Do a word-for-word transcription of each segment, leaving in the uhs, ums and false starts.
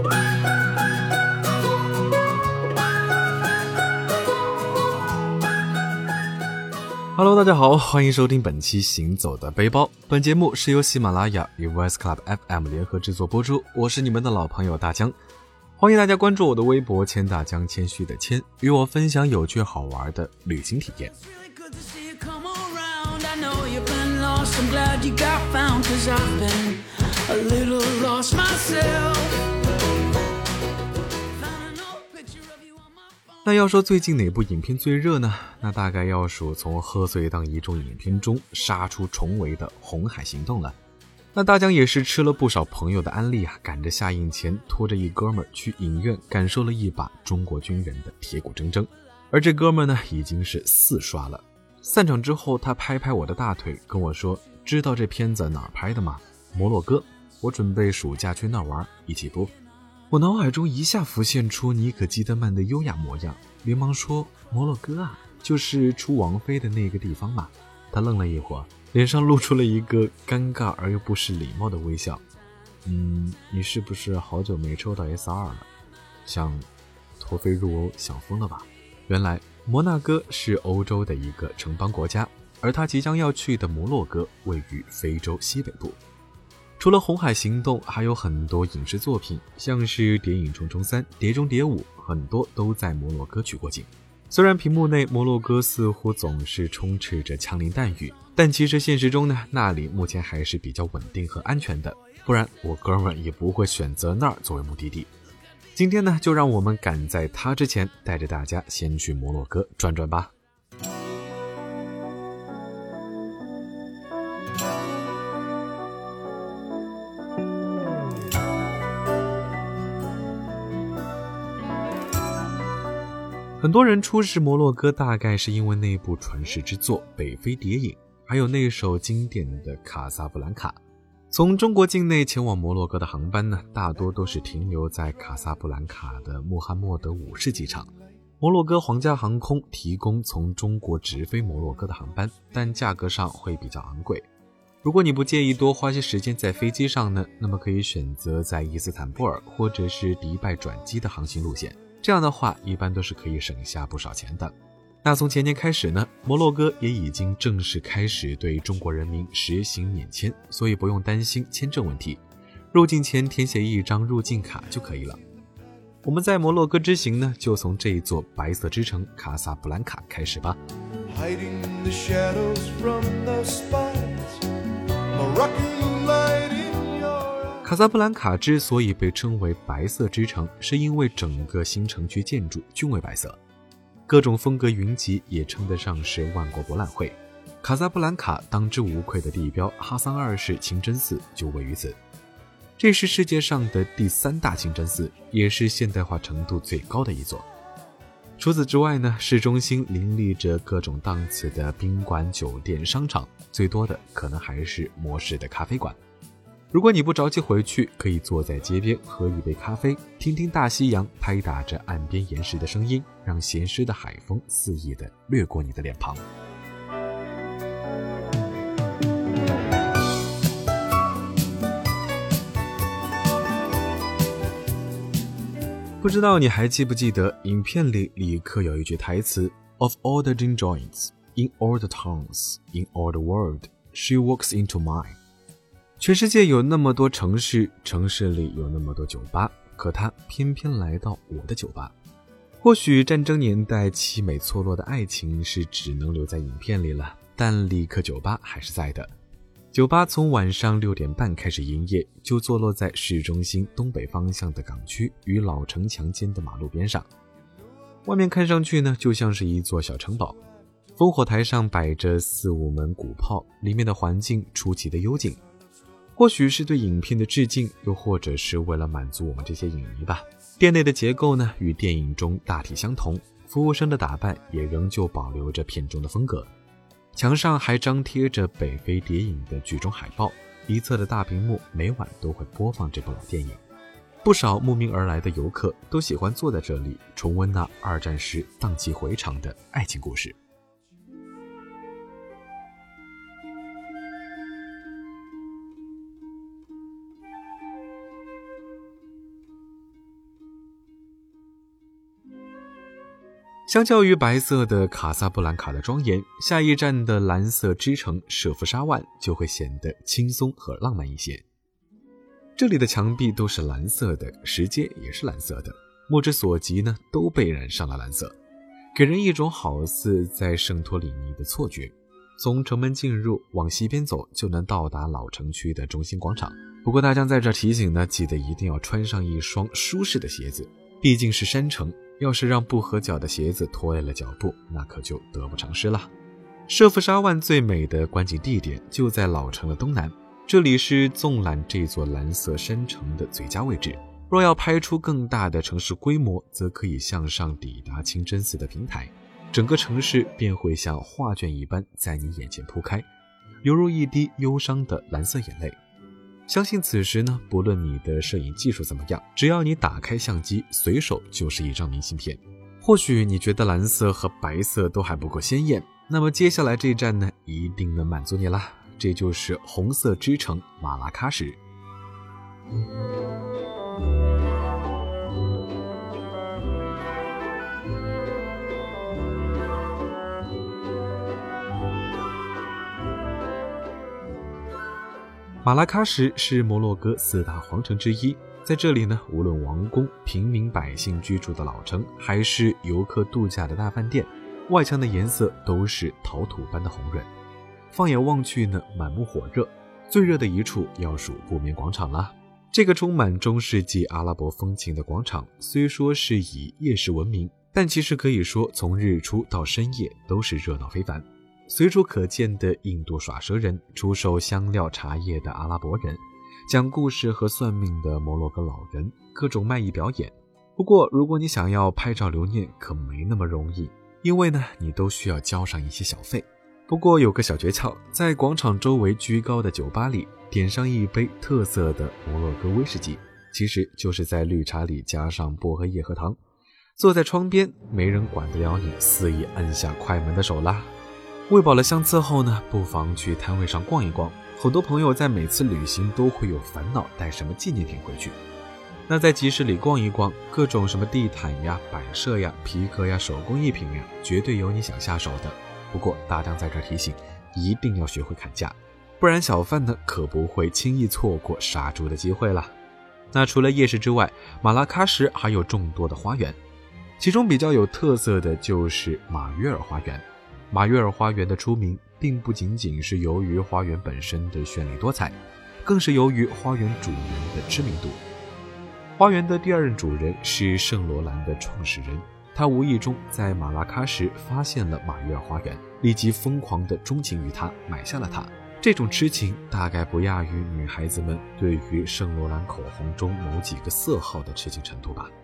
Hello， 大家好，欢迎收听本期行走的背包。本节目是由喜马拉雅与 Voice Club F M 联合制作播出，我是你们的老朋友大江。欢迎大家关注我的微博谦大江，谦虚的谦，与我分享有趣好玩的旅行体验。那要说最近哪部影片最热呢？那大概要数从贺岁档一众影片中杀出重围的《红海行动》了。那大江也是吃了不少朋友的安利啊，赶着下映前拖着一哥们儿去影院感受了一把中国军人的铁骨铮铮。而这哥们儿呢，已经是四刷了。散场之后，他拍拍我的大腿，跟我说：“知道这片子哪儿拍的吗？摩洛哥。我准备暑假去那儿玩，一起不？”我脑海中一下浮现出妮可基德曼的优雅模样，连忙说：“摩洛哥啊，就是出王菲的那个地方嘛。”他愣了一会儿，脸上露出了一个尴尬而又不失礼貌的微笑。嗯，你是不是好久没抽到 S 二 了？想脱非入欧想疯了吧？原来摩纳哥是欧洲的一个城邦国家，而他即将要去的摩洛哥位于非洲西北部。除了红海行动，还有很多影视作品，像是谍影重重三、碟中谍五，很多都在摩洛哥取过景。虽然屏幕内摩洛哥似乎总是充斥着枪林弹雨，但其实现实中呢，那里目前还是比较稳定和安全的，不然我哥们也不会选择那儿作为目的地。今天呢，就让我们赶在他之前，带着大家先去摩洛哥转转吧。很多人初识摩洛哥大概是因为那部传世之作《北非谍影》，还有那首经典的《卡萨布兰卡》。从中国境内前往摩洛哥的航班呢，大多都是停留在卡萨布兰卡的穆罕默德五世机场。摩洛哥皇家航空提供从中国直飞摩洛哥的航班，但价格上会比较昂贵。如果你不介意多花些时间在飞机上呢，那么可以选择在伊斯坦布尔或者是迪拜转机的航行路线。这样的话一般都是可以省下不少钱的。那从前年开始呢，摩洛哥也已经正式开始对中国人民实行免签，所以不用担心签证问题，入境前填写一张入境卡就可以了。我们在摩洛哥之行呢，就从这一座白色之城卡萨布兰卡开始吧。卡萨布兰卡之所以被称为白色之城，是因为整个新城区建筑均为白色，各种风格云集，也称得上是万国博览会。卡萨布兰卡当之无愧的地标哈桑二世清真寺就位于此，这是世界上的第三大清真寺，也是现代化程度最高的一座。除此之外呢，市中心林立着各种档次的宾馆、酒店、商场，最多的可能还是摩式的咖啡馆。如果你不着急回去，可以坐在街边喝一杯咖啡，听听大西洋拍打着岸边岩石的声音，让咸湿的海风肆意地掠过你的脸庞。不知道你还记不记得影片里里克有一句台词 Of all the gin joints, in all the towns, in all the world, she walks into mine。全世界有那么多城市，城市里有那么多酒吧，可他偏偏来到我的酒吧。或许战争年代凄美错落的爱情是只能留在影片里了，但里克酒吧还是在的。酒吧从晚上六点半开始营业，就坐落在市中心东北方向的港区与老城墙间的马路边上。外面看上去呢，就像是一座小城堡，烽火台上摆着四五门鼓炮，里面的环境出奇的幽静。或许是对影片的致敬，又或者是为了满足我们这些影迷吧。店内的结构呢，与电影中大体相同，服务生的打扮也仍旧保留着片中的风格。墙上还张贴着北非谍影的剧中海报，一侧的大屏幕每晚都会播放这部老电影。不少慕名而来的游客都喜欢坐在这里，重温那二战时荡气回肠的爱情故事。 相较于白色的卡萨布兰卡的庄严，下一站的蓝色之城舍夫沙万就会显得轻松和浪漫一些。这里的墙壁都是蓝色的，石阶也是蓝色的，目之所及呢，都被染上了蓝色，给人一种好似在圣托里尼的错觉。从城门进入，往西边走就能到达老城区的中心广场。不过大江在这提醒呢，记得一定要穿上一双舒适的鞋子，毕竟是山城，要是让不合脚的鞋子拖累了脚步，那可就得不偿失了。舍夫沙万最美的观景地点就在老城的东南，这里是纵览这座蓝色山城的最佳位置。若要拍出更大的城市规模，则可以向上抵达清真寺的平台，整个城市便会像画卷一般在你眼前铺开，犹如一滴忧伤的蓝色眼泪。相信此时呢，不论你的摄影技术怎么样，只要你打开相机，随手就是一张明信片。或许你觉得蓝色和白色都还不够鲜艳，那么接下来这一站呢，一定能满足你啦。这就是红色之城马拉喀什。马拉喀什是摩洛哥四大皇城之一，在这里呢，无论王宫、平民百姓居住的老城，还是游客度假的大饭店，外墙的颜色都是陶土般的红润。放眼望去呢，满目火热，最热的一处要数布棉广场啦。这个充满中世纪阿拉伯风情的广场，虽说是以夜市闻名，但其实可以说从日出到深夜都是热闹非凡。随处可见的印度耍蛇人，出售香料茶叶的阿拉伯人，讲故事和算命的摩洛哥老人，各种卖艺表演。不过如果你想要拍照留念，可没那么容易，因为呢，你都需要交上一些小费。不过有个小诀窍，在广场周围居高的酒吧里点上一杯特色的摩洛哥威士忌，其实就是在绿茶里加上薄荷叶和糖，坐在窗边，没人管得了你肆意按下快门的手啦。喂饱了相册后呢，不妨去摊位上逛一逛。很多朋友在每次旅行都会有烦恼带什么纪念品回去，那在集市里逛一逛，各种什么地毯呀、摆设呀、皮革呀、手工艺品呀，绝对有你想下手的。不过大江在这提醒，一定要学会砍价，不然小贩呢可不会轻易错过杀猪的机会了。那除了夜市之外，马拉喀什还有众多的花园，其中比较有特色的就是马约尔花园。马约尔花园的出名并不仅仅是由于花园本身的绚丽多彩，更是由于花园主人的知名度。花园的第二任主人是圣罗兰的创始人，他无意中在马拉喀什发现了马约尔花园，立即疯狂地钟情于它，买下了它。这种痴情大概不亚于女孩子们对于圣罗兰口红中某几个色号的痴情程度吧。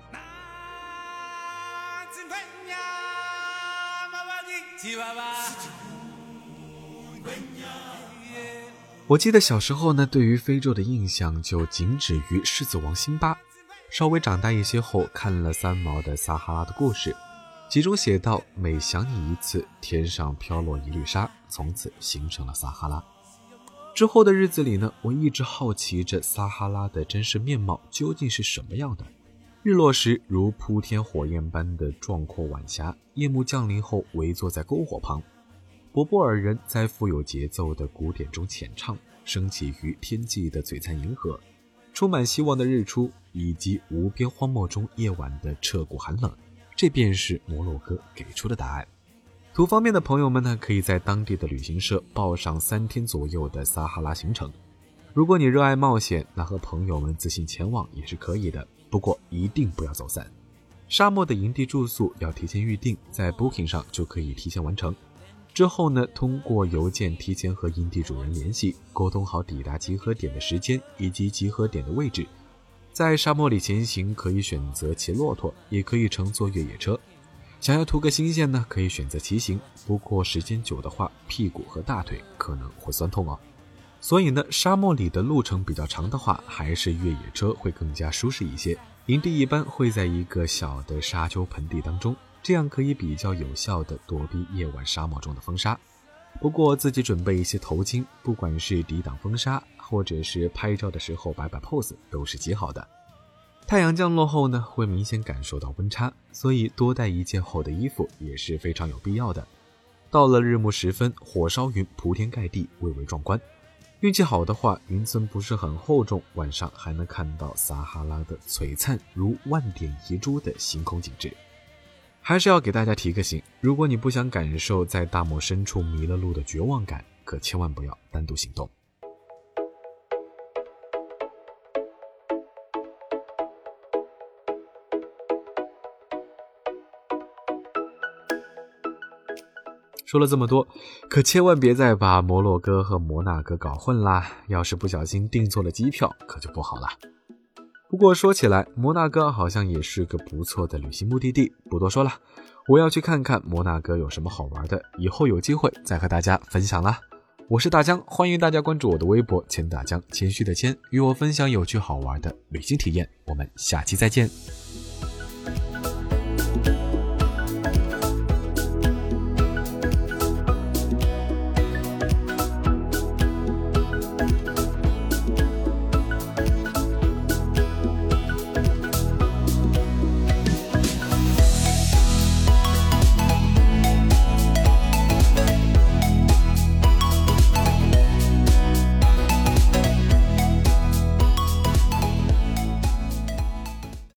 我记得小时候呢，对于非洲的印象就仅止于狮子王辛巴。稍微长大一些后，看了三毛的《撒哈拉的故事》，其中写道，每想你一次，天上飘落一粒沙，从此形成了撒哈拉。之后的日子里呢，我一直好奇着撒哈拉的真实面貌究竟是什么样的。日落时如铺天火焰般的壮阔晚霞，夜幕降临后围坐在篝火旁，博波尔人在富有节奏的鼓点中浅唱，升起于天际的璀璨银河，充满希望的日出，以及无边荒漠中夜晚的彻骨寒冷，这便是摩洛哥给出的答案。图方面的朋友们呢，可以在当地的旅行社报上三天左右的撒哈拉行程。如果你热爱冒险，那和朋友们自行前往也是可以的，不过一定不要走散。沙漠的营地住宿要提前预定，在 Booking 上就可以提前完成。之后呢，通过邮件提前和营地主人联系，沟通好抵达集合点的时间以及集合点的位置。在沙漠里前行，可以选择骑骆驼，也可以乘坐越野车。想要图个新鲜呢，可以选择骑行，不过时间久的话，屁股和大腿可能会酸痛哦。所以呢，沙漠里的路程比较长的话，还是越野车会更加舒适一些。营地一般会在一个小的沙丘盆地当中，这样可以比较有效地躲避夜晚沙漠中的风沙。不过自己准备一些头巾，不管是抵挡风沙，或者是拍照的时候摆摆 pose， 都是极好的。 太阳降落后呢，会明显感受到温差，所以多带一件厚的衣服也是非常有必要的。到了日暮时分，火烧云铺天盖地，蔚为壮观。运气好的话，云层不是很厚重，晚上还能看到撒哈拉的璀璨如万点遗珠的星空景致。还是要给大家提个醒，如果你不想感受在大漠深处迷了路的绝望感，可千万不要单独行动。说了这么多，可千万别再把摩洛哥和摩纳哥搞混啦，要是不小心订错了机票，可就不好了。不过说起来，摩纳哥好像也是个不错的旅行目的地，不多说了，我要去看看摩纳哥有什么好玩的，以后有机会再和大家分享啦。我是大江，欢迎大家关注我的微博谦大江，谦虚的谦，与我分享有趣好玩的旅行体验。我们下期再见。